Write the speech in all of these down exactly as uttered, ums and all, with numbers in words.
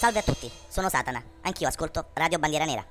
Salve a tutti, sono Satana, anch'io ascolto Radio Bandiera Nera.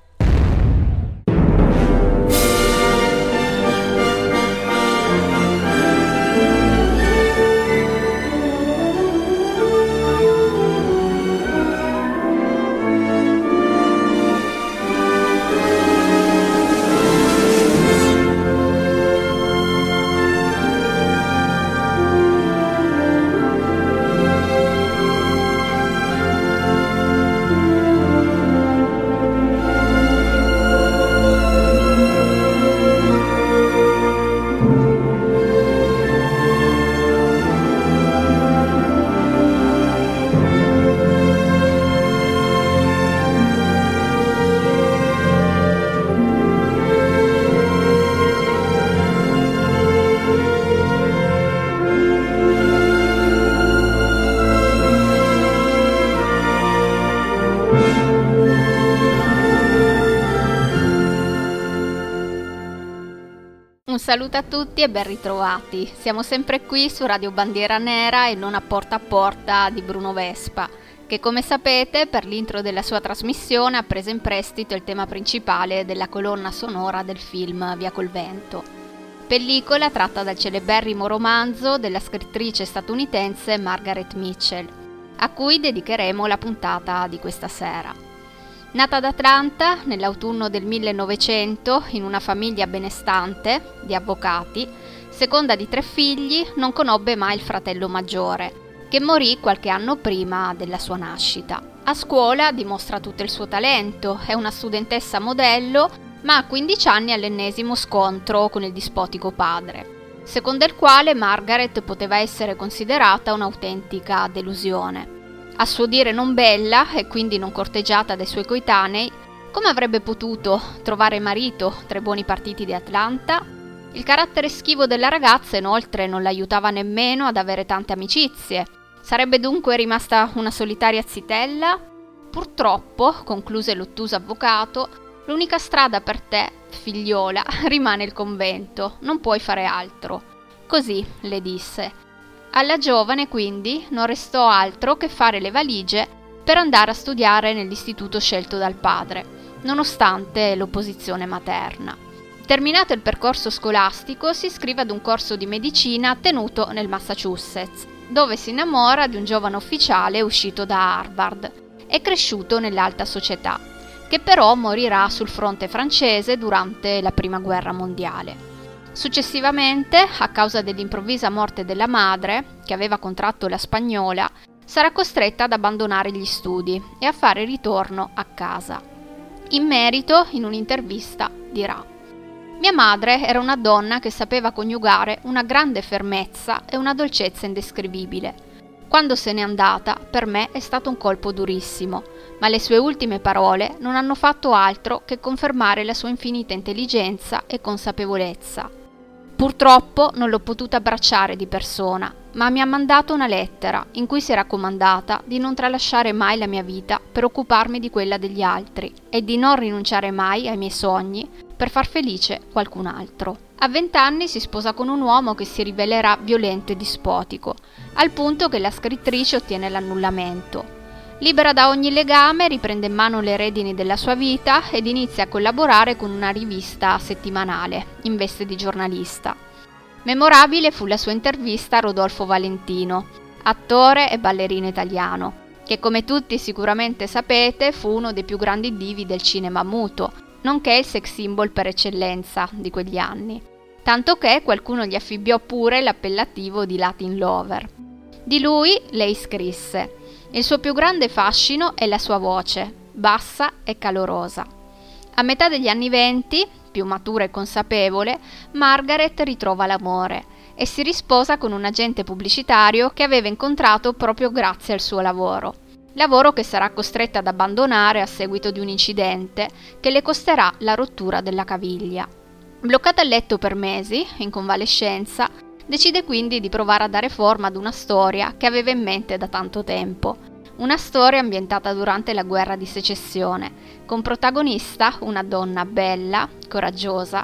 Un saluto a tutti e ben ritrovati. Siamo sempre qui su Radio Bandiera Nera e non a Porta a Porta di Bruno Vespa, che come sapete per l'intro della sua trasmissione ha preso in prestito il tema principale della colonna sonora del film Via col vento. Pellicola tratta dal celeberrimo romanzo della scrittrice statunitense Margaret Mitchell, a cui dedicheremo la puntata di questa sera. Nata ad Atlanta nell'autunno del millenovecento in una famiglia benestante di avvocati, seconda di tre figli, non conobbe mai il fratello maggiore, che morì qualche anno prima della sua nascita. A scuola dimostra tutto il suo talento, è una studentessa modello, ma a quindici anni all'ennesimo scontro con il dispotico padre, secondo il quale Margaret poteva essere considerata un'autentica delusione. A suo dire non bella e quindi non corteggiata dai suoi coetanei, come avrebbe potuto trovare marito tra i buoni partiti di Atlanta? Il carattere schivo della ragazza inoltre non l'aiutava nemmeno ad avere tante amicizie. Sarebbe dunque rimasta una solitaria zitella? Purtroppo, concluse l'ottuso avvocato, l'unica strada per te, figliola, rimane il convento, non puoi fare altro. Così le disse. Alla giovane, quindi, non restò altro che fare le valigie per andare a studiare nell'istituto scelto dal padre, nonostante l'opposizione materna. Terminato il percorso scolastico, si iscrive ad un corso di medicina tenuto nel Massachusetts, dove si innamora di un giovane ufficiale uscito da Harvard e cresciuto nell'alta società, che però morirà sul fronte francese durante la Prima Guerra Mondiale. Successivamente, a causa dell'improvvisa morte della madre, che aveva contratto la spagnola, sarà costretta ad abbandonare gli studi e a fare ritorno a casa. In merito, in un'intervista, dirà: «Mia madre era una donna che sapeva coniugare una grande fermezza e una dolcezza indescrivibile. Quando se n'è andata, per me è stato un colpo durissimo, ma le sue ultime parole non hanno fatto altro che confermare la sua infinita intelligenza e consapevolezza. Purtroppo non l'ho potuta abbracciare di persona, ma mi ha mandato una lettera in cui si è raccomandata di non tralasciare mai la mia vita per occuparmi di quella degli altri e di non rinunciare mai ai miei sogni per far felice qualcun altro». A vent'anni si sposa con un uomo che si rivelerà violento e dispotico, al punto che la scrittrice ottiene l'annullamento. Libera da ogni legame, riprende in mano le redini della sua vita ed inizia a collaborare con una rivista settimanale, in veste di giornalista. Memorabile fu la sua intervista a Rodolfo Valentino, attore e ballerino italiano, che come tutti sicuramente sapete fu uno dei più grandi divi del cinema muto, nonché il sex symbol per eccellenza di quegli anni, tanto che qualcuno gli affibbiò pure l'appellativo di Latin Lover. Di lui lei scrisse: «Il suo più grande fascino è la sua voce, bassa e calorosa». A metà degli anni venti, più matura e consapevole, Margaret ritrova l'amore e si risposa con un agente pubblicitario che aveva incontrato proprio grazie al suo lavoro. Lavoro che sarà costretta ad abbandonare a seguito di un incidente che le costerà la rottura della caviglia. Bloccata a letto per mesi, in convalescenza, decide quindi di provare a dare forma ad una storia che aveva in mente da tanto tempo. Una storia ambientata durante la guerra di secessione, con protagonista una donna bella, coraggiosa,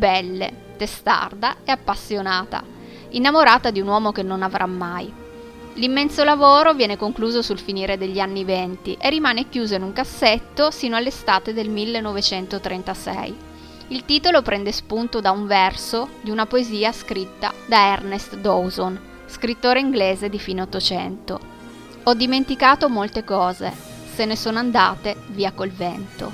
ribelle, testarda e appassionata, innamorata di un uomo che non avrà mai. L'immenso lavoro viene concluso sul finire degli anni venti e rimane chiuso in un cassetto sino all'estate del millenovecentotrentasei. Il titolo prende spunto da un verso di una poesia scritta da Ernest Dowson, scrittore inglese di fine Ottocento. Ho dimenticato molte cose, se ne sono andate via col vento.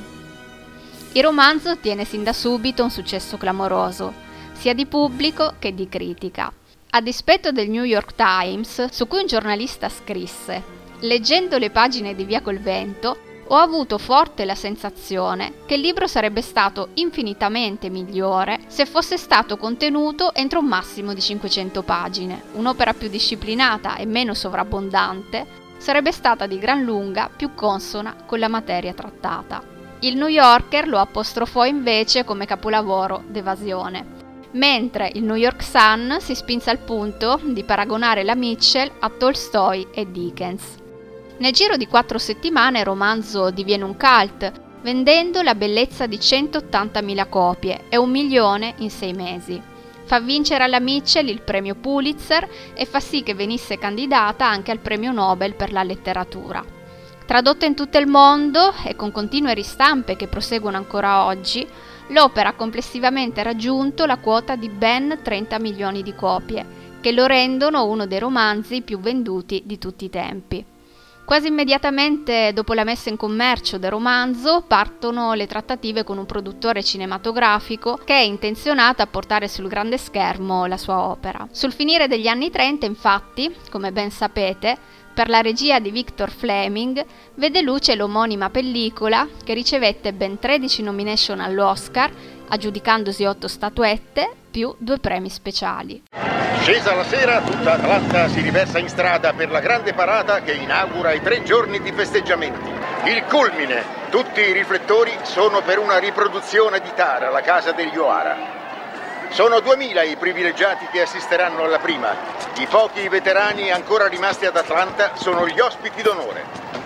Il romanzo ottiene sin da subito un successo clamoroso, sia di pubblico che di critica. A dispetto del New York Times, su cui un giornalista scrisse: «Leggendo le pagine di Via col vento, ho avuto forte la sensazione che il libro sarebbe stato infinitamente migliore se fosse stato contenuto entro un massimo di cinquecento pagine. Un'opera più disciplinata e meno sovrabbondante sarebbe stata di gran lunga più consona con la materia trattata». Il New Yorker lo apostrofò invece come capolavoro d'evasione, mentre il New York Sun si spinse al punto di paragonare la Mitchell a Tolstoi e Dickens. Nel giro di quattro settimane il romanzo diviene un cult, vendendo la bellezza di centottantamila copie e un milione in sei mesi. Fa vincere alla Mitchell il premio Pulitzer e fa sì che venisse candidata anche al premio Nobel per la letteratura. Tradotta in tutto il mondo e con continue ristampe che proseguono ancora oggi, l'opera ha complessivamente raggiunto la quota di ben trenta milioni di copie, che lo rendono uno dei romanzi più venduti di tutti i tempi. Quasi immediatamente dopo la messa in commercio del romanzo partono le trattative con un produttore cinematografico che è intenzionato a portare sul grande schermo la sua opera. Sul finire degli anni trenta, infatti, come ben sapete, per la regia di Victor Fleming vede luce l'omonima pellicola che ricevette ben tredici nomination all'Oscar, aggiudicandosi otto statuette più due premi speciali. Scesa la sera, tutta Atlanta si riversa in strada per la grande parata che inaugura i tre giorni di festeggiamenti. Il culmine, tutti i riflettori sono per una riproduzione di Tara, la casa degli O'Hara. Sono duemila i privilegiati che assisteranno alla prima. I pochi veterani ancora rimasti ad Atlanta sono gli ospiti d'onore.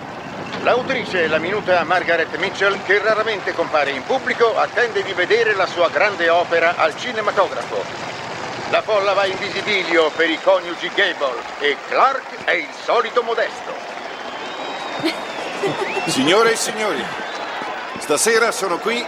L'autrice, la minuta Margaret Mitchell, che raramente compare in pubblico, attende di vedere la sua grande opera al cinematografo. La folla va in visibilio per i coniugi Gable e Clark è il solito modesto. Signore e signori, stasera sono qui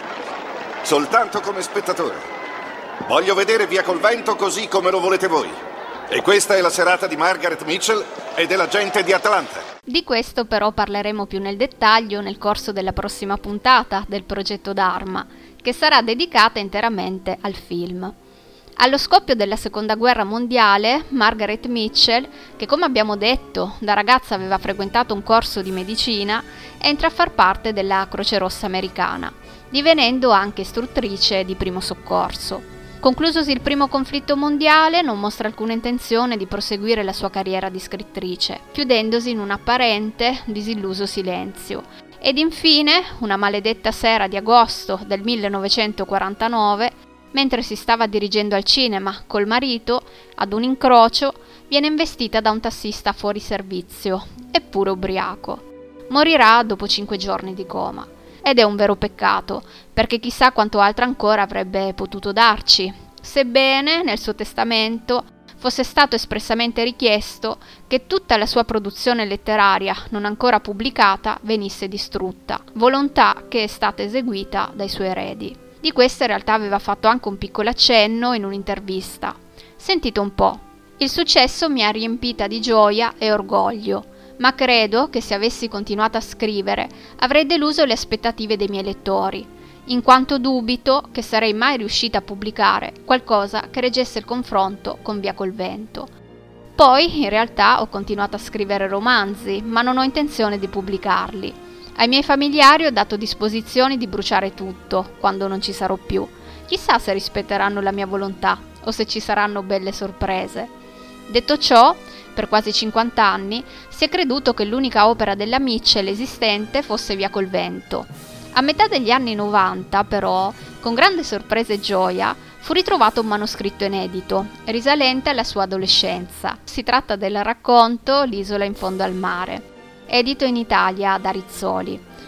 soltanto come spettatore. Voglio vedere Via col vento così come lo volete voi. E questa è la serata di Margaret Mitchell e della gente di Atlanta. Di questo però parleremo più nel dettaglio nel corso della prossima puntata del progetto Dharma, che sarà dedicata interamente al film. Allo scoppio della Seconda Guerra Mondiale, Margaret Mitchell, che come abbiamo detto da ragazza aveva frequentato un corso di medicina, entra a far parte della Croce Rossa americana, divenendo anche istruttrice di primo soccorso. Conclusosi il primo conflitto mondiale, non mostra alcuna intenzione di proseguire la sua carriera di scrittrice, chiudendosi in un apparente, disilluso silenzio. Ed infine, una maledetta sera di agosto del millenovecentoquarantanove, mentre si stava dirigendo al cinema col marito, ad un incrocio, viene investita da un tassista fuori servizio, eppure ubriaco. Morirà dopo cinque giorni di coma. Ed è un vero peccato, perché chissà quanto altro ancora avrebbe potuto darci, sebbene nel suo testamento fosse stato espressamente richiesto che tutta la sua produzione letteraria non ancora pubblicata venisse distrutta, volontà che è stata eseguita dai suoi eredi. Di questo in realtà aveva fatto anche un piccolo accenno in un'intervista. Sentite un po'. Il successo mi ha riempita di gioia e orgoglio, ma credo che se avessi continuato a scrivere avrei deluso le aspettative dei miei lettori, in quanto dubito che sarei mai riuscita a pubblicare qualcosa che reggesse il confronto con Via col vento. Poi, in realtà, ho continuato a scrivere romanzi, ma non ho intenzione di pubblicarli. Ai miei familiari ho dato disposizioni di bruciare tutto, quando non ci sarò più. Chissà se rispetteranno la mia volontà, o se ci saranno belle sorprese. Detto ciò, per quasi cinquanta anni si è creduto che l'unica opera della Mitchell esistente fosse Via col vento. A metà degli anni novanta, però, con grande sorpresa e gioia, fu ritrovato un manoscritto inedito, risalente alla sua adolescenza. Si tratta del racconto L'isola in fondo al mare, edito in Italia da Rizzoli.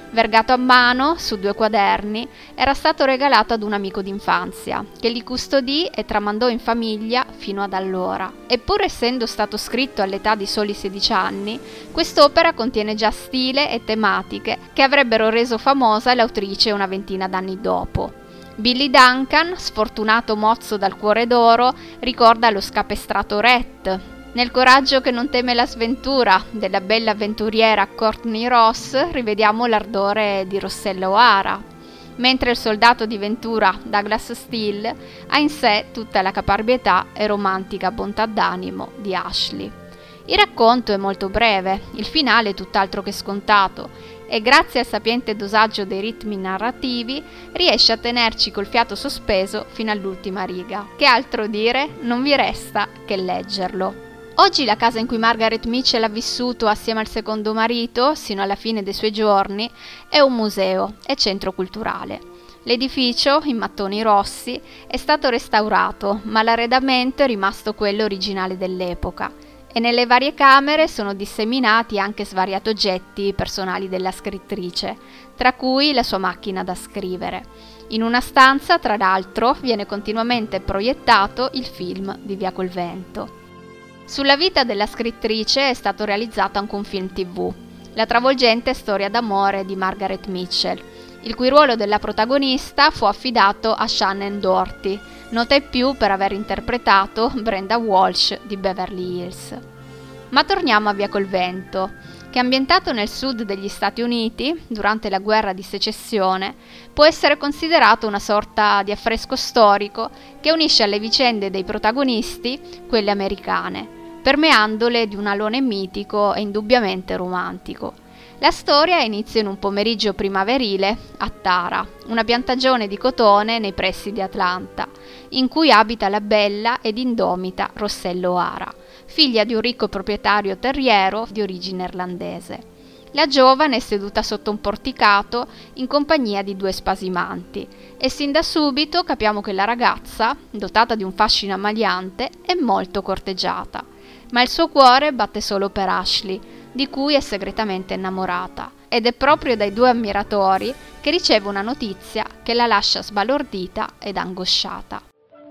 vergato a mano su due quaderni, era stato regalato ad un amico d'infanzia, che li custodì e tramandò in famiglia fino ad allora. Eppur essendo stato scritto all'età di soli sedici anni, quest'opera contiene già stile e tematiche che avrebbero reso famosa l'autrice una ventina d'anni dopo. Billy Duncan, sfortunato mozzo dal cuore d'oro, ricorda lo scapestrato Rhett. Nel coraggio che non teme la sventura della bella avventuriera Courtney Ross rivediamo l'ardore di Rossella O'Hara, mentre il soldato di Ventura Douglas Steele ha in sé tutta la caparbietà e romantica bontà d'animo di Ashley. Il racconto è molto breve, il finale è tutt'altro che scontato e grazie al sapiente dosaggio dei ritmi narrativi riesce a tenerci col fiato sospeso fino all'ultima riga. Che altro dire? Non vi resta che leggerlo. Oggi la casa in cui Margaret Mitchell ha vissuto assieme al secondo marito, sino alla fine dei suoi giorni, è un museo e centro culturale. L'edificio, in mattoni rossi, è stato restaurato, ma l'arredamento è rimasto quello originale dell'epoca e nelle varie camere sono disseminati anche svariati oggetti personali della scrittrice, tra cui la sua macchina da scrivere. In una stanza, tra l'altro, viene continuamente proiettato il film di Via col Vento. Sulla vita della scrittrice è stato realizzato anche un film tivù, la travolgente storia d'amore di Margaret Mitchell, il cui ruolo della protagonista fu affidato a Shannen Doherty, nota in più per aver interpretato Brenda Walsh di Beverly Hills. Ma torniamo a Via col Vento, che ambientato nel sud degli Stati Uniti, durante la guerra di secessione, può essere considerato una sorta di affresco storico che unisce alle vicende dei protagonisti quelle americane, permeandole di un alone mitico e indubbiamente romantico. La storia inizia in un pomeriggio primaverile a Tara, una piantagione di cotone nei pressi di Atlanta, in cui abita la bella ed indomita Rossella O'Hara, figlia di un ricco proprietario terriero di origine irlandese. La giovane è seduta sotto un porticato in compagnia di due spasimanti e sin da subito capiamo che la ragazza, dotata di un fascino ammaliante, è molto corteggiata, ma il suo cuore batte solo per Ashley, di cui è segretamente innamorata, ed è proprio dai due ammiratori che riceve una notizia che la lascia sbalordita ed angosciata.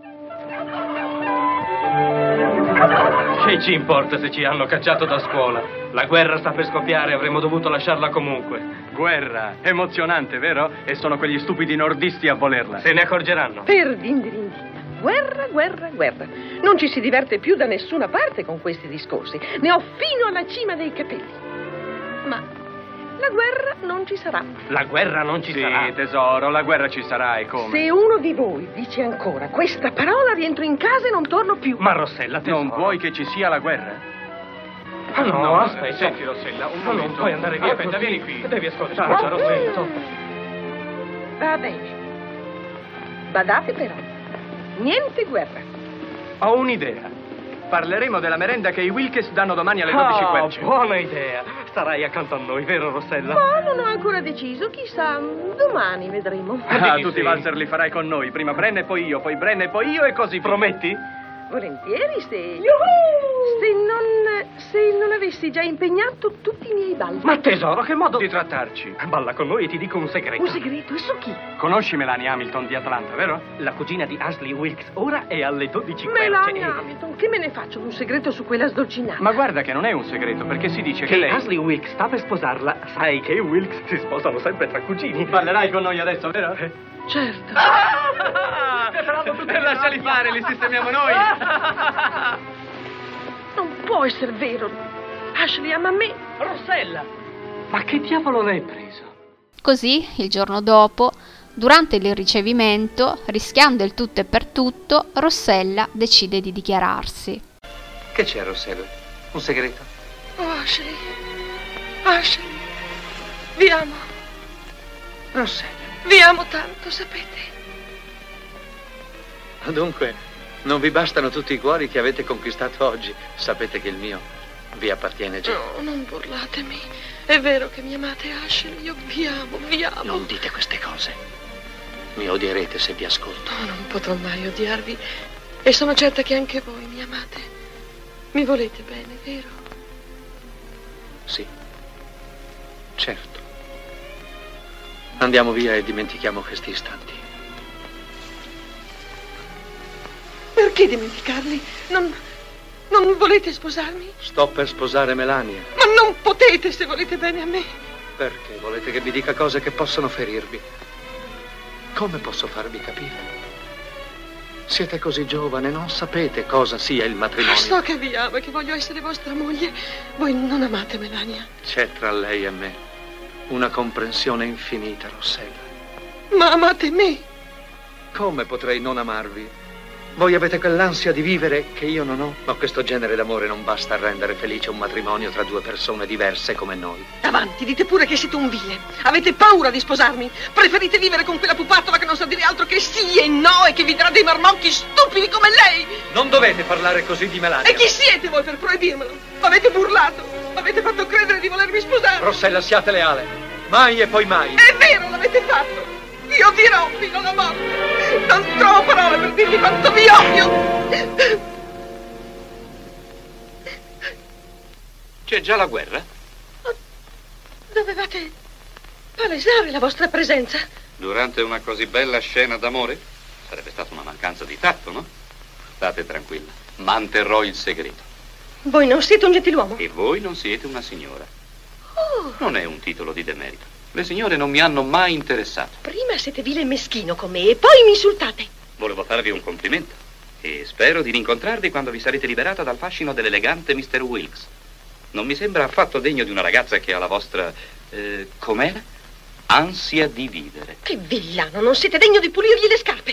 Che ci importa se ci hanno cacciato da scuola? La guerra sta per scoppiare, avremmo dovuto lasciarla comunque. Guerra, emozionante, vero? E sono quegli stupidi nordisti a volerla. Se ne accorgeranno. Per dindirindina. Guerra, guerra, guerra. Non ci si diverte più da nessuna parte con questi discorsi. Ne ho fino alla cima dei capelli. Ma la guerra non ci sarà. La guerra non ci sì, sarà. Sì, tesoro, la guerra ci sarà e come? Se uno di voi dice ancora questa parola, rientro in casa e non torno più. Ma Rossella, tesoro, non vuoi che ci sia la guerra? Ah, no, no, aspetta. Senti, Rossella, un no, momento. Non puoi andare via. Aspetta, così. vieni qui. Devi ascoltarci, Ah, Rossella. Va bene. Badate però. Niente guerra. Ho un'idea. Parleremo della merenda che i Wilkes danno domani alle dodici e Oh, quindici. buona idea. Starai accanto a noi, vero Rossella? Ma non ho ancora deciso, chissà, domani vedremo. Ah, Sì, tutti sì. i valzer li farai con noi. Prima Brenna e poi io, poi Brenna e poi io e così. Prometti? Volentieri se... Se non... Se non avessi già impegnato tutti i miei balli. Ma tesoro, che modo Di trattarci. Balla con noi e ti dico un segreto. Un segreto? E su chi? Conosci Melanie Hamilton di Atlanta, vero? La cugina di Ashley Wilkes ora è alle dodici e Melania quindici. Hamilton, che me ne faccio un segreto su quella sdolcinata? Ma guarda che non è un segreto, perché si dice che, Che lei... Ashley Wilkes sta per sposarla. Sai che i Wilkes si sposano sempre tra cugini. Ballerai con noi adesso, vero? Certo. E lasciali fare, li sistemiamo noi. Non può essere vero. Ashley ama me. Rossella! Ma che diavolo l'hai preso? Così, il giorno dopo, durante il ricevimento, rischiando il tutto e per tutto, Rossella decide di dichiararsi. Che c'è, Rossella? Un segreto? Oh, Ashley. Ashley. Vi amo. Rossella. Vi amo tanto, sapete. Dunque, non vi bastano tutti i cuori che avete conquistato oggi. Sapete che il mio vi appartiene già. No, non burlatemi. È vero che mi amate, Ashley. Io vi amo, vi amo. Non dite queste cose. Mi odierete se vi ascolto. Oh, non potrò mai odiarvi. E sono certa che anche voi mi amate. Mi volete bene, vero? Sì. Certo. Andiamo via e dimentichiamo questi istanti. Perché dimenticarli? Non, non volete sposarmi? Sto per sposare Melania. Ma non potete se volete bene a me. Perché volete che vi dica cose che possono ferirvi? Come posso farvi capire? Siete così giovane, non sapete cosa sia il matrimonio. So che vi amo e che voglio essere vostra moglie. Voi non amate Melania. C'è tra lei e me una comprensione infinita, Rossella. Ma amate me? Come potrei non amarvi? Voi avete quell'ansia di vivere che io non ho. Ma questo genere d'amore non basta a rendere felice un matrimonio tra due persone diverse come noi. Avanti, dite pure che siete un vile. Avete paura di sposarmi. Preferite vivere con quella pupattola che non sa dire altro che sì e no e che vi darà dei marmocchi stupidi come lei. Non dovete parlare così di Melania. E chi siete voi per proibirmelo? Avete burlato. Avete fatto credere di volermi sposare. Rossella, siate leale. Mai e poi mai. È vero, l'avete fatto. Io dirò fino alla morte. Non trovo parole per dirvi quanto vi odio. C'è già la guerra? Dovevate palesare la vostra presenza. Durante una così bella scena d'amore? Sarebbe stata una mancanza di tatto, no? State tranquilla, manterrò il segreto. Voi non siete un gentiluomo. E voi non siete una signora. Oh. Non è un titolo di demerito. Le signore non mi hanno mai interessato. Prima siete vile e meschino con me e poi mi insultate. Volevo farvi un complimento e spero di rincontrarvi quando vi sarete liberata dal fascino dell'elegante mister Wilkes. Non mi sembra affatto degno di una ragazza che ha la vostra, eh, com'era? Ansia di vivere. Che villano, non siete degno di pulirgli le scarpe.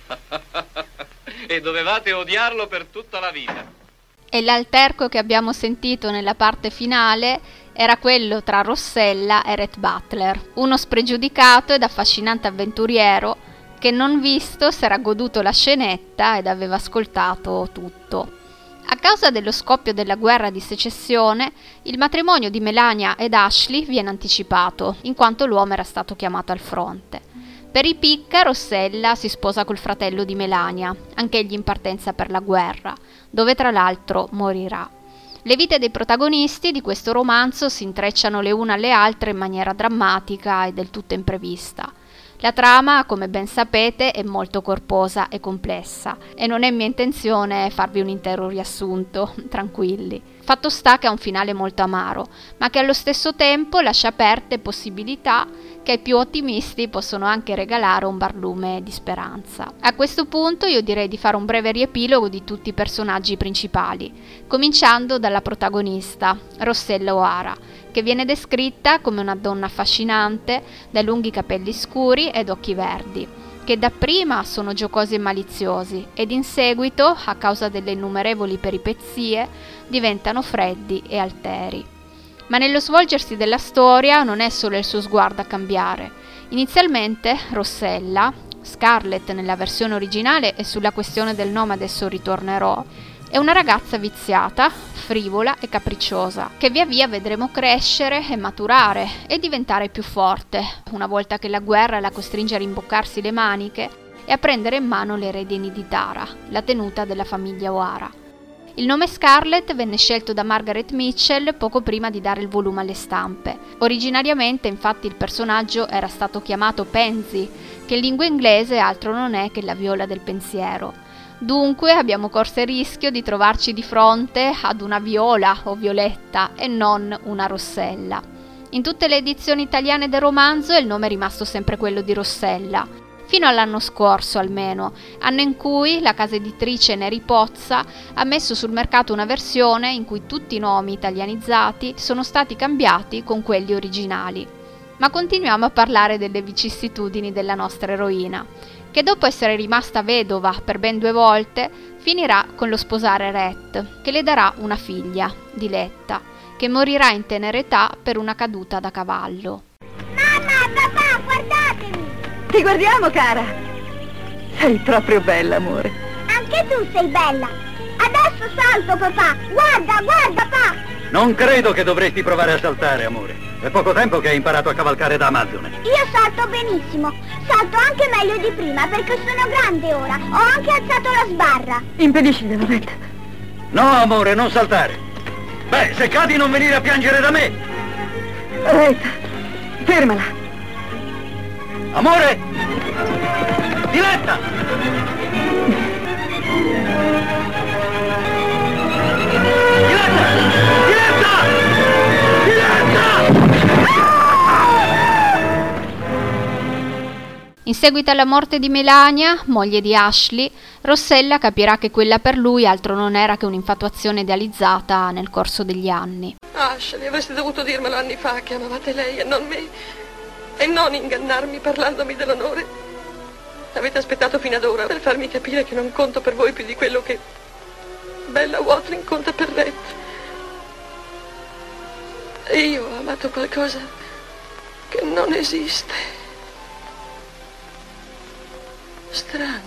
E dovevate odiarlo per tutta la vita. E l'alterco che abbiamo sentito nella parte finale era quello tra Rossella e Rhett Butler, uno spregiudicato ed affascinante avventuriero che non visto s'era goduto la scenetta ed aveva ascoltato tutto. A causa dello scoppio della guerra di secessione, il matrimonio di Melania ed Ashley viene anticipato, in quanto l'uomo era stato chiamato al fronte. Per i picca, Rossella si sposa col fratello di Melania, anch'egli in partenza per la guerra, dove tra l'altro morirà. Le vite dei protagonisti di questo romanzo si intrecciano le une alle altre in maniera drammatica e del tutto imprevista. La trama, come ben sapete, è molto corposa e complessa e non è mia intenzione farvi un intero riassunto, tranquilli. Fatto sta che ha un finale molto amaro, ma che allo stesso tempo lascia aperte possibilità che ai più ottimisti possono anche regalare un barlume di speranza. A questo punto io direi di fare un breve riepilogo di tutti i personaggi principali, cominciando dalla protagonista, Rossella O'Hara, che viene descritta come una donna affascinante, dai lunghi capelli scuri ed occhi verdi, che dapprima sono giocosi e maliziosi ed in seguito, a causa delle innumerevoli peripezie, diventano freddi e alteri. Ma nello svolgersi della storia non è solo il suo sguardo a cambiare. Inizialmente Rossella, Scarlett nella versione originale e sulla questione del nome adesso ritornerò, è una ragazza viziata, frivola e capricciosa, che via via vedremo crescere e maturare e diventare più forte, una volta che la guerra la costringe a rimboccarsi le maniche e a prendere in mano le redini di Tara, la tenuta della famiglia O'Hara. Il nome Scarlett venne scelto da Margaret Mitchell poco prima di dare il volume alle stampe. Originariamente, infatti, il personaggio era stato chiamato Pansy, che in lingua inglese altro non è che la viola del pensiero. Dunque abbiamo corso il rischio di trovarci di fronte ad una Viola o Violetta e non una Rossella. In tutte le edizioni italiane del romanzo il nome è rimasto sempre quello di Rossella, fino all'anno scorso almeno, anno in cui la casa editrice Neri Pozza ha messo sul mercato una versione in cui tutti i nomi italianizzati sono stati cambiati con quelli originali. Ma continuiamo a parlare delle vicissitudini della nostra eroina, che dopo essere rimasta vedova per ben due volte, finirà con lo sposare Rhett, che le darà una figlia, Diletta, che morirà in tenera età per una caduta da cavallo. Mamma, papà, guardatemi! Ti guardiamo, cara! Sei proprio bella, amore. Anche tu sei bella! Adesso salto, papà! Guarda, guarda, papà! Non credo che dovresti provare a saltare, amore. È poco tempo che hai imparato a cavalcare da Amazzone. Io salto benissimo. Salto anche meglio di prima, perché sono grande ora. Ho anche alzato la sbarra. Impediscilo, Rhett. No, amore, non saltare. Beh, se cadi non venire a piangere da me. Rhett, fermala. Amore! Diletta! Diletta! Diletta! Diletta! In seguito alla morte di Melania, moglie di Ashley, Rossella capirà che quella per lui altro non era che un'infatuazione idealizzata nel corso degli anni. Ashley, avreste dovuto dirmelo anni fa che amavate lei e non me, e non ingannarmi parlandomi dell'onore. Avete aspettato fino ad ora per farmi capire che non conto per voi più di quello che Bella Watling conta per Red. E io ho amato qualcosa che non esiste. Strano.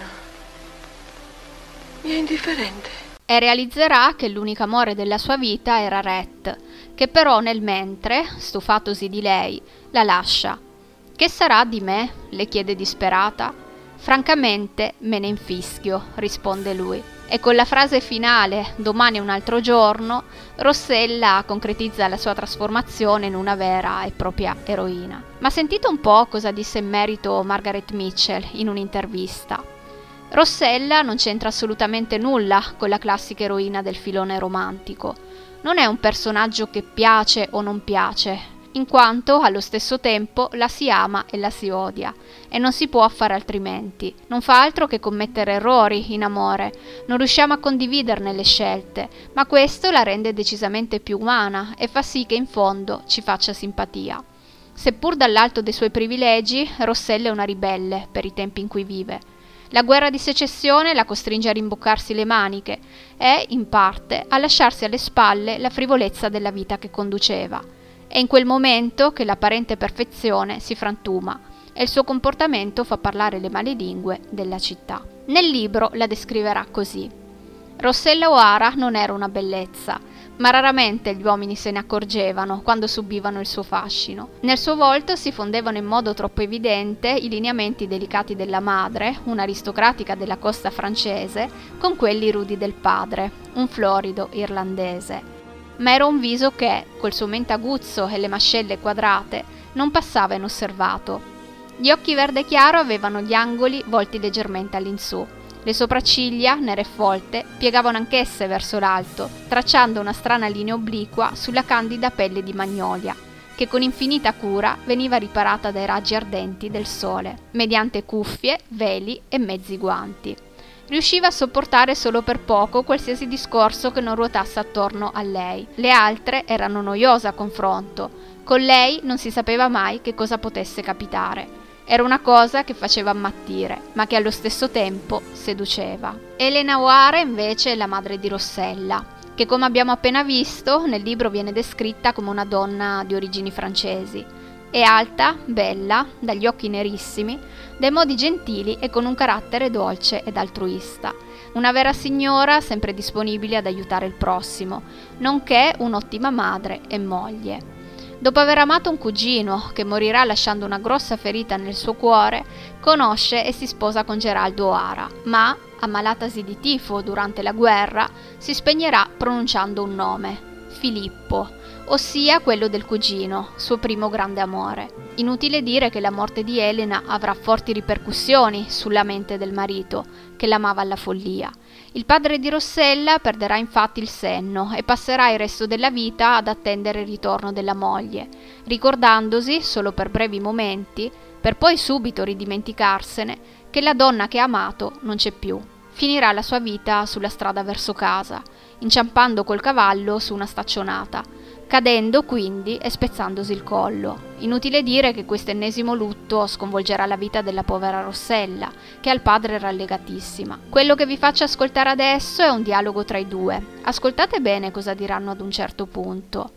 Mi è indifferente. E realizzerà che l'unico amore della sua vita era Red, che però nel mentre, stufatosi di lei, la lascia. Che sarà di me? Le chiede disperata. Francamente me ne infischio, risponde lui. E con la frase finale, domani è un altro giorno, Rossella concretizza la sua trasformazione in una vera e propria eroina. Ma sentite un po' cosa disse in merito Margaret Mitchell in un'intervista. Rossella non c'entra assolutamente nulla con la classica eroina del filone romantico. Non è un personaggio che piace o non piace, in quanto allo stesso tempo la si ama e la si odia, e non si può fare altrimenti. Non fa altro che commettere errori in amore, non riusciamo a condividerne le scelte, ma questo la rende decisamente più umana e fa sì che in fondo ci faccia simpatia. Seppur dall'alto dei suoi privilegi, Rossella è una ribelle per i tempi in cui vive. La guerra di secessione la costringe a rimboccarsi le maniche e, in parte, a lasciarsi alle spalle la frivolezza della vita che conduceva. È in quel momento che l'apparente perfezione si frantuma e il suo comportamento fa parlare le malelingue della città. Nel libro la descriverà così. Rossella O'Hara non era una bellezza, ma raramente gli uomini se ne accorgevano quando subivano il suo fascino. Nel suo volto si fondevano in modo troppo evidente i lineamenti delicati della madre, un'aristocratica della costa francese, con quelli rudi del padre, un florido irlandese. Ma era un viso che, col suo mento aguzzo e le mascelle quadrate, non passava inosservato. Gli occhi verde chiaro avevano gli angoli volti leggermente all'insù. Le sopracciglia, nere e folte, piegavano anch'esse verso l'alto, tracciando una strana linea obliqua sulla candida pelle di magnolia, che con infinita cura veniva riparata dai raggi ardenti del sole, mediante cuffie, veli e mezzi guanti. Riusciva a sopportare solo per poco qualsiasi discorso che non ruotasse attorno a lei. Le altre erano noiose a confronto. Con lei non si sapeva mai che cosa potesse capitare. Era una cosa che faceva ammattire, ma che allo stesso tempo seduceva. Elena O'Hara invece è la madre di Rossella, che come abbiamo appena visto nel libro viene descritta come una donna di origini francesi. È alta, bella, dagli occhi nerissimi, dai modi gentili e con un carattere dolce ed altruista. Una vera signora sempre disponibile ad aiutare il prossimo, nonché un'ottima madre e moglie. Dopo aver amato un cugino, che morirà lasciando una grossa ferita nel suo cuore, conosce e si sposa con Geraldo O'Hara, ma, ammalatasi di tifo durante la guerra, si spegnerà pronunciando un nome, Filippo, ossia quello del cugino, suo primo grande amore. Inutile dire che la morte di Elena avrà forti ripercussioni sulla mente del marito, che l'amava alla follia. Il padre di Rossella perderà infatti il senno e passerà il resto della vita ad attendere il ritorno della moglie, ricordandosi, solo per brevi momenti, per poi subito ridimenticarsene, che la donna che ha amato non c'è più. Finirà la sua vita sulla strada verso casa, inciampando col cavallo su una staccionata, cadendo quindi e spezzandosi il collo. Inutile dire che questo ennesimo lutto sconvolgerà la vita della povera Rossella, che al padre era legatissima. Quello che vi faccio ascoltare adesso è un dialogo tra i due. Ascoltate bene cosa diranno ad un certo punto.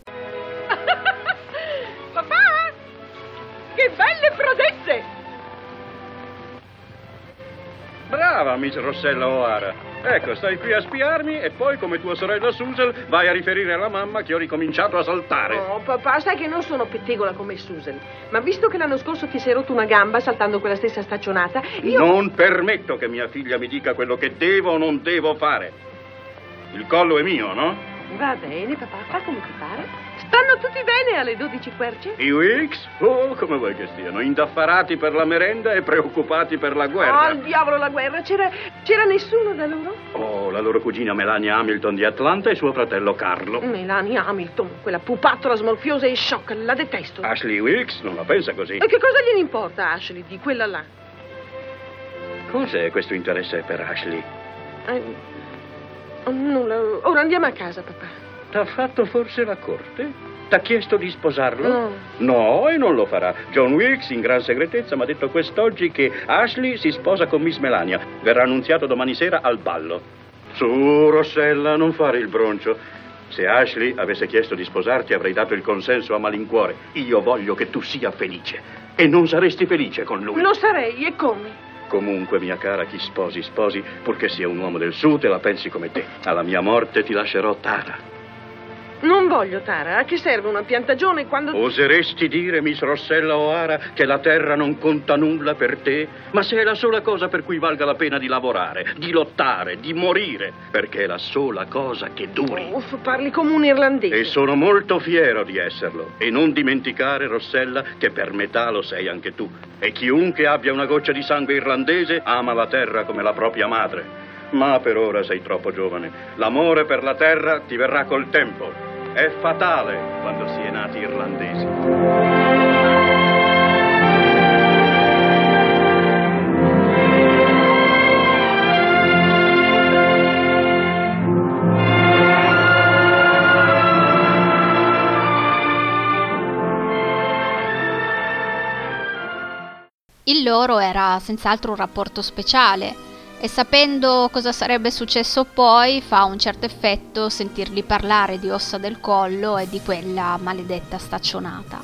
Papà! Che belle prodezze! Brava, Miss Rossella O'Hara. Ecco, stai qui a spiarmi e poi, come tua sorella Susan, vai a riferire alla mamma che ho ricominciato a saltare. Oh, papà, sai che non sono pettegola come Susan, ma visto che l'anno scorso ti sei rotto una gamba saltando quella stessa staccionata, io... Non permetto che mia figlia mi dica quello che devo o non devo fare. Il collo è mio, no? Va bene, papà, fa come ti pare. Stanno tutti bene alle dodici querce? I Wilkes? Oh, come vuoi che stiano? Indaffarati per la merenda e preoccupati per la guerra. Oh, al diavolo la guerra! C'era, c'era nessuno da loro? Oh, la loro cugina Melania Hamilton di Atlanta e suo fratello Carlo. Melania Hamilton, quella pupattola smorfiosa e sciocca, la detesto. Ashley Wilkes non la pensa così. E che cosa gliene importa, Ashley, di quella là? Cos'è questo interesse per Ashley? Eh, oh, nulla. Ora andiamo a casa, papà. T'ha fatto forse la corte? T'ha chiesto di sposarlo? No. No, e non lo farà. John Wilkes, in gran segretezza, mi ha detto quest'oggi che Ashley si sposa con Miss Melania. Verrà annunziato domani sera al ballo. Su, Rossella, non fare il broncio. Se Ashley avesse chiesto di sposarti, avrei dato il consenso a malincuore. Io voglio che tu sia felice. E non saresti felice con lui. Lo sarei, e come? Comunque, mia cara, chi sposi, sposi, purché sia un uomo del sud e la pensi come te. Alla mia morte ti lascerò Tara. Non voglio Tara. A che serve una piantagione quando... Oseresti dire, Miss Rossella O'Hara, che la terra non conta nulla per te? Ma se è la sola cosa per cui valga la pena di lavorare, di lottare, di morire, perché è la sola cosa che duri. Uff, parli come un irlandese. E sono molto fiero di esserlo. E non dimenticare, Rossella, che per metà lo sei anche tu. E chiunque abbia una goccia di sangue irlandese ama la terra come la propria madre. Ma per ora sei troppo giovane. L'amore per la terra ti verrà col tempo. È fatale quando si è nati irlandesi. Il loro era senz'altro un rapporto speciale. E sapendo cosa sarebbe successo poi, fa un certo effetto sentirli parlare di ossa del collo e di quella maledetta staccionata.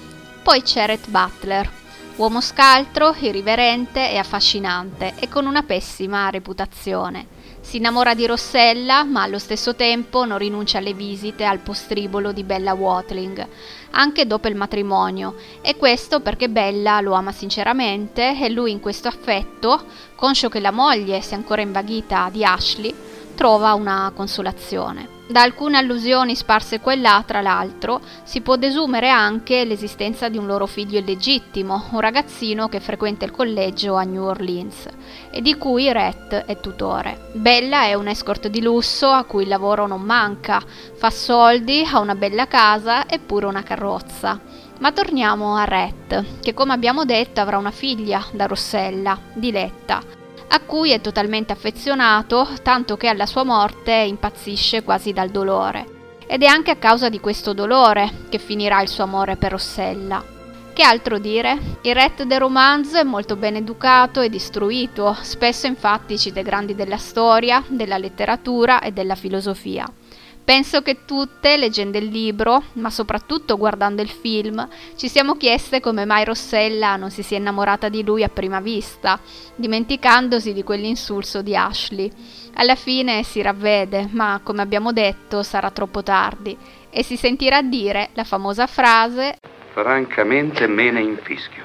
Poi c'è Rhett Butler, uomo scaltro, irriverente e affascinante, e con una pessima reputazione. Si innamora di Rossella, ma allo stesso tempo non rinuncia alle visite al postribolo di Bella Watling, anche dopo il matrimonio, e questo perché Bella lo ama sinceramente e lui in questo affetto, conscio che la moglie sia ancora invaghita di Ashley, trova una consolazione. Da alcune allusioni sparse qua e là, tra l'altro, si può desumere anche l'esistenza di un loro figlio illegittimo, un ragazzino che frequenta il collegio a New Orleans e di cui Rhett è tutore. Bella è un escort di lusso a cui il lavoro non manca, fa soldi, ha una bella casa e pure una carrozza. Ma torniamo a Rhett, che come abbiamo detto avrà una figlia da Rossella, Diletta, a cui è totalmente affezionato, tanto che alla sua morte impazzisce quasi dal dolore. Ed è anche a causa di questo dolore che finirà il suo amore per Rossella. Che altro dire? Il Rhett del romanzo è molto ben educato ed istruito, spesso infatti cita i grandi della storia, della letteratura e della filosofia. Penso che tutte, leggendo il libro, ma soprattutto guardando il film, ci siamo chieste come mai Rossella non si sia innamorata di lui a prima vista, dimenticandosi di quell'insulso di Ashley. Alla fine si ravvede, ma come abbiamo detto sarà troppo tardi, e si sentirà dire la famosa frase «Francamente me ne infischio».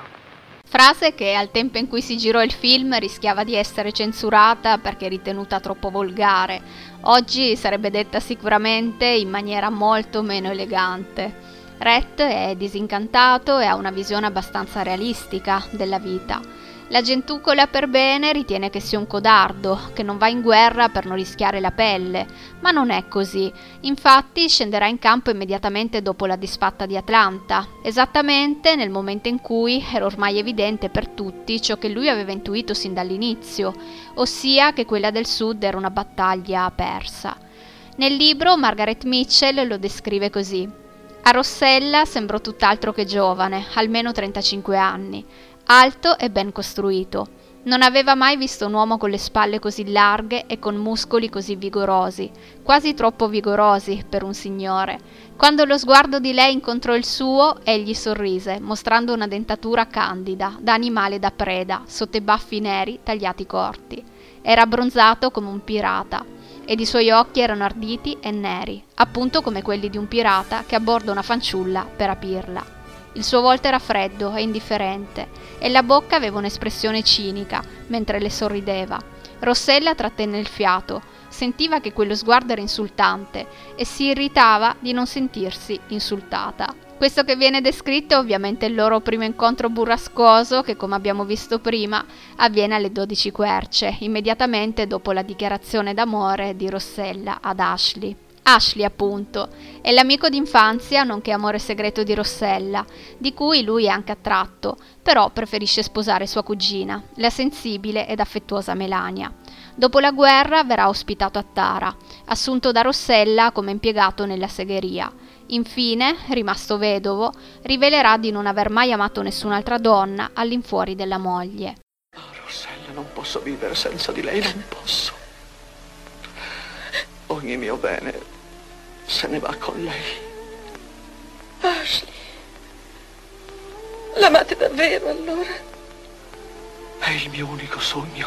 Frase che al tempo in cui si girò il film rischiava di essere censurata perché ritenuta troppo volgare. Oggi sarebbe detta sicuramente in maniera molto meno elegante. Rhett è disincantato e ha una visione abbastanza realistica della vita. La gentucola per bene ritiene che sia un codardo, che non va in guerra per non rischiare la pelle, ma non è così. Infatti scenderà in campo immediatamente dopo la disfatta di Atlanta, esattamente nel momento in cui era ormai evidente per tutti ciò che lui aveva intuito sin dall'inizio, ossia che quella del Sud era una battaglia persa. Nel libro Margaret Mitchell lo descrive così: a Rossella sembrò tutt'altro che giovane, almeno trentacinque anni. Alto e ben costruito. Non aveva mai visto un uomo con le spalle così larghe e con muscoli così vigorosi, quasi troppo vigorosi per un signore. Quando lo sguardo di lei incontrò il suo, egli sorrise, mostrando una dentatura candida, da animale da preda, sotto i baffi neri tagliati corti. Era abbronzato come un pirata, ed i suoi occhi erano arditi e neri, appunto come quelli di un pirata che abborda una fanciulla per rapirla. Il suo volto era freddo e indifferente, e la bocca aveva un'espressione cinica, mentre le sorrideva. Rossella trattenne il fiato, sentiva che quello sguardo era insultante e si irritava di non sentirsi insultata. Questo che viene descritto è ovviamente il loro primo incontro burrascoso che, come abbiamo visto prima, avviene alle dodici Querce, immediatamente dopo la dichiarazione d'amore di Rossella ad Ashley. Ashley, appunto, è l'amico d'infanzia nonché amore segreto di Rossella, di cui lui è anche attratto, però preferisce sposare sua cugina, la sensibile ed affettuosa Melania. Dopo la guerra verrà ospitato a Tara, assunto da Rossella come impiegato nella segheria. Infine, rimasto vedovo, rivelerà di non aver mai amato nessun'altra donna all'infuori della moglie. Oh, Rossella, non posso vivere senza di lei, non posso. Ogni mio bene se ne va con lei. Ashley, l'amate davvero allora? È il mio unico sogno,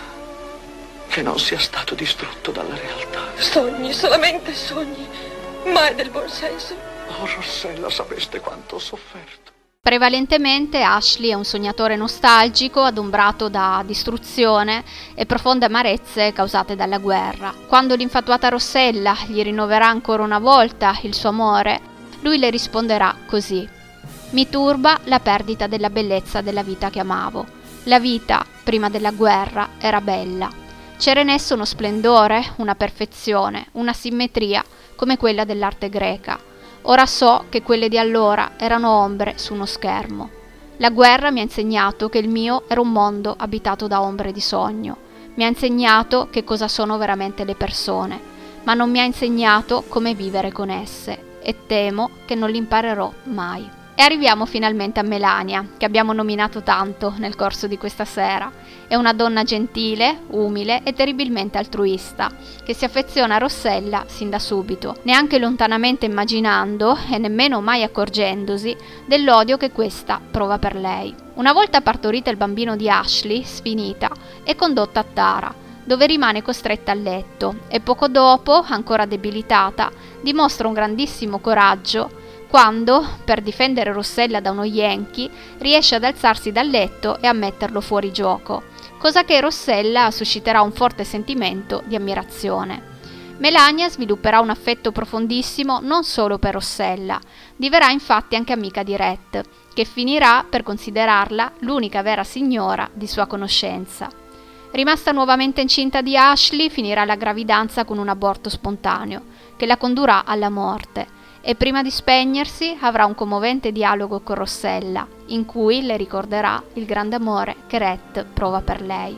che non sia stato distrutto dalla realtà. Sogni, solamente sogni, mai del buon senso. Oh, Rossella, sapeste quanto ho sofferto. Prevalentemente Ashley è un sognatore nostalgico, adombrato da distruzione e profonde amarezze causate dalla guerra. Quando l'infatuata Rossella gli rinnoverà ancora una volta il suo amore, lui le risponderà così: mi turba la perdita della bellezza della vita che amavo. La vita, prima della guerra, era bella. C'era in esso uno splendore, una perfezione, una simmetria, come quella dell'arte greca. Ora so che quelle di allora erano ombre su uno schermo. La guerra mi ha insegnato che il mio era un mondo abitato da ombre di sogno. Mi ha insegnato che cosa sono veramente le persone, ma non mi ha insegnato come vivere con esse, e temo che non l'imparerò mai. E arriviamo finalmente a Melania, che abbiamo nominato tanto nel corso di questa sera. È una donna gentile, umile e terribilmente altruista, che si affeziona a Rossella sin da subito, neanche lontanamente immaginando, e nemmeno mai accorgendosi, dell'odio che questa prova per lei. Una volta partorita il bambino di Ashley, sfinita, è condotta a Tara, dove rimane costretta al letto, e poco dopo, ancora debilitata, dimostra un grandissimo coraggio quando, per difendere Rossella da uno Yankee, riesce ad alzarsi dal letto e a metterlo fuori gioco, cosa che Rossella susciterà un forte sentimento di ammirazione. Melania svilupperà un affetto profondissimo non solo per Rossella, diverrà infatti anche amica di Rhett, che finirà per considerarla l'unica vera signora di sua conoscenza. Rimasta nuovamente incinta di Ashley, finirà la gravidanza con un aborto spontaneo, che la condurrà alla morte, e prima di spegnersi avrà un commovente dialogo con Rossella, in cui le ricorderà il grande amore che Rhett prova per lei.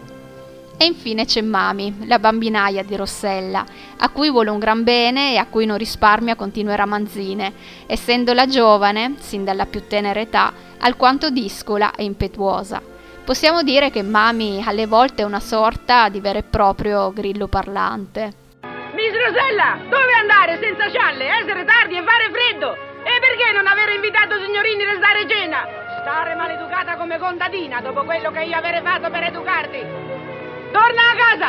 E infine c'è Mami, la bambinaia di Rossella, a cui vuole un gran bene e a cui non risparmia continue ramanzine, essendola giovane, sin dalla più tenera età, alquanto discola e impetuosa. Possiamo dire che Mami alle volte è una sorta di vero e proprio grillo parlante. Miss Rosella, dove andare senza cialle, essere tardi e fare freddo? E perché non aver invitato signorini a restare cena? Stare maleducata come contadina dopo quello che io avrei fatto per educarti. Torna a casa!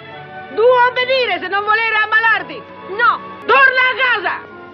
Tu obbedire se non volere ammalarti! No! Torna a casa!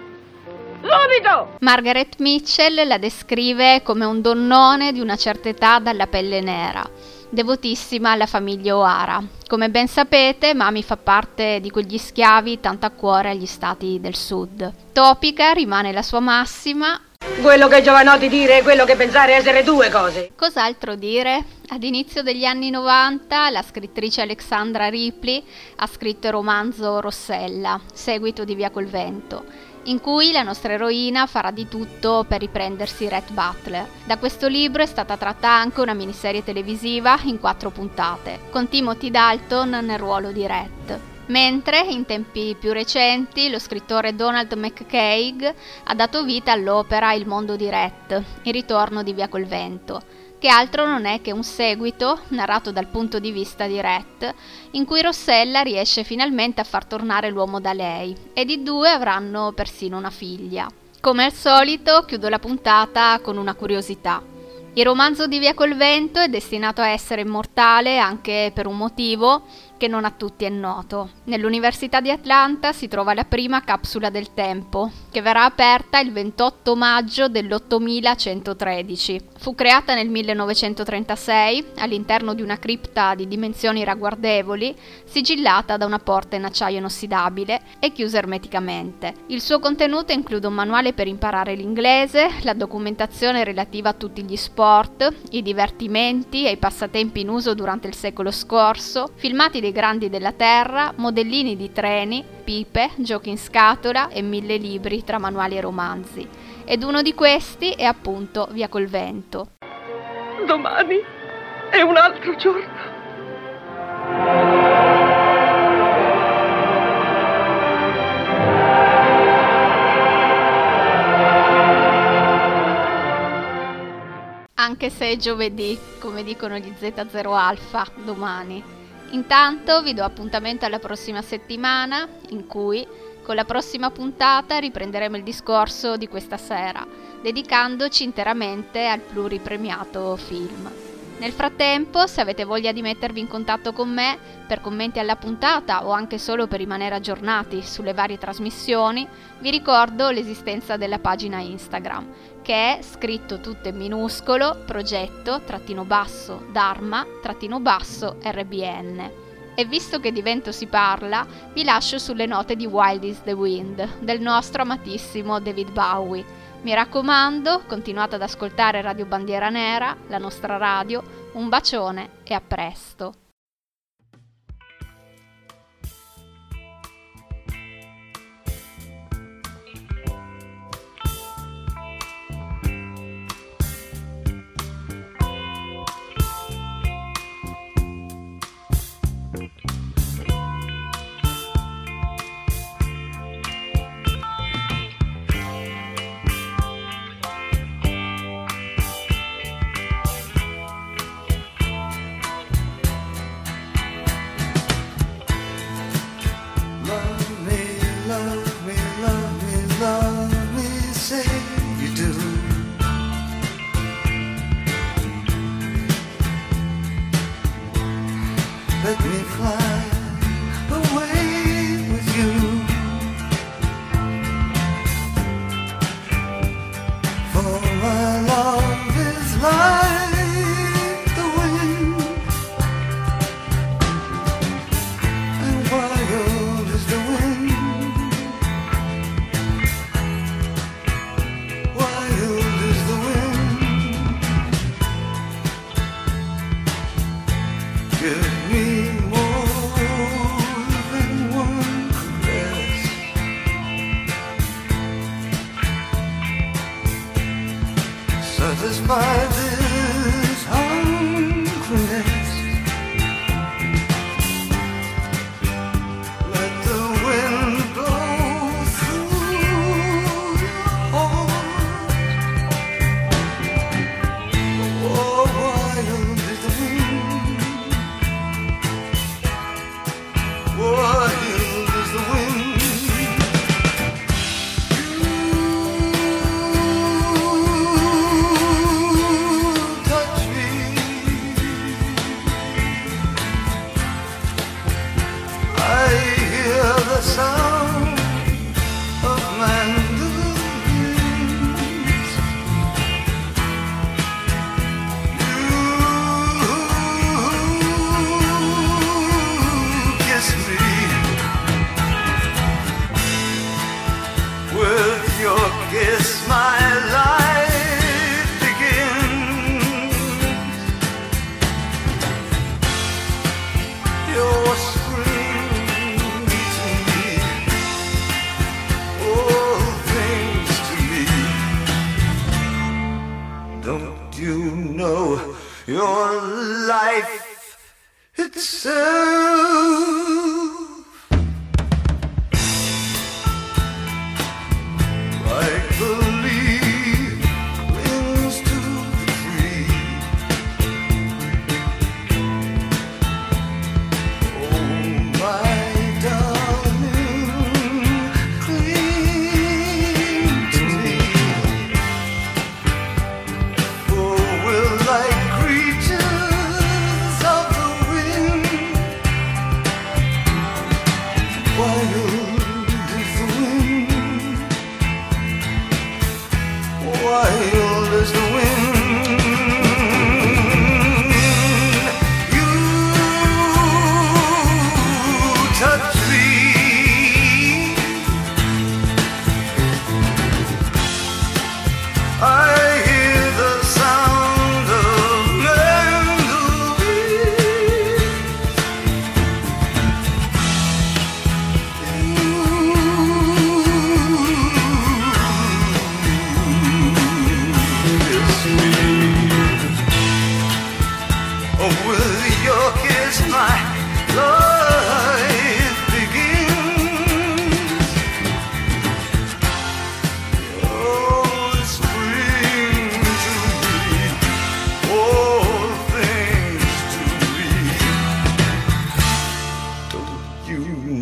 Subito! Margaret Mitchell la descrive come un donnone di una certa età dalla pelle nera, devotissima alla famiglia O'Hara. Come ben sapete, Mami fa parte di quegli schiavi tanto a cuore agli stati del sud. Topica rimane la sua massima: quello che Giovanotti dire è quello che pensare essere due cose. Cos'altro dire? Ad inizio degli anni novanta la scrittrice Alexandra Ripley ha scritto il romanzo Rossella, seguito di Via col vento, in cui la nostra eroina farà di tutto per riprendersi Rhett Butler. Da questo libro è stata tratta anche una miniserie televisiva in quattro puntate, con Timothy Dalton nel ruolo di Rhett. Mentre, in tempi più recenti, lo scrittore Donald McCaig ha dato vita all'opera Il mondo di Rhett, Il ritorno di Via col vento, che altro non è che un seguito, narrato dal punto di vista di Rhett, in cui Rossella riesce finalmente a far tornare l'uomo da lei, ed i due avranno persino una figlia. Come al solito, chiudo la puntata con una curiosità. Il romanzo di Via col vento è destinato a essere immortale anche per un motivo, che non a tutti è noto. Nell'Università di Atlanta si trova la prima capsula del tempo, che verrà aperta il ventotto maggio dell'ottomilacentotredici. Fu creata nel millenovecentotrentasei all'interno di una cripta di dimensioni ragguardevoli, sigillata da una porta in acciaio inossidabile e chiusa ermeticamente. Il suo contenuto include un manuale per imparare l'inglese, la documentazione relativa a tutti gli sport, i divertimenti e i passatempi in uso durante il secolo scorso, filmati dei grandi della Terra, modellini di treni, pipe, giochi in scatola e mille libri tra manuali e romanzi. Ed uno di questi è appunto Via col vento. Domani è un altro giorno. Anche se è giovedì, come dicono gli Z zero Alpha, domani. Intanto vi do appuntamento alla prossima settimana, in cui, con la prossima puntata, riprenderemo il discorso di questa sera, dedicandoci interamente al pluripremiato film. Nel frattempo, se avete voglia di mettervi in contatto con me per commenti alla puntata o anche solo per rimanere aggiornati sulle varie trasmissioni, vi ricordo l'esistenza della pagina Instagram, che è scritto tutto in minuscolo, progetto, trattino basso, Dharma, trattino basso, R B N. E visto che di vento si parla, vi lascio sulle note di Wild is the Wind, del nostro amatissimo David Bowie. Mi raccomando, continuate ad ascoltare Radio Bandiera Nera, la nostra radio. Un bacione e a presto. Let me fly away with you. For my love is like the wind, and wild is the wind. Wild is the wind. Give me satisfy this hungriness. Let the wind blow through your heart. Oh, wild is the wind. Wild is the wind. The sound of mandolins. You kiss me with your kiss, my life begins. Your your life itself. Like the leaf clings to the tree. Oh, my darling, cling to me. For we're like creatures of the wind.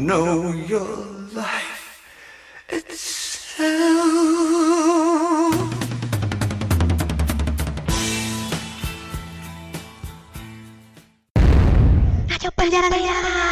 know your life itself. Radio Bandiera Nera.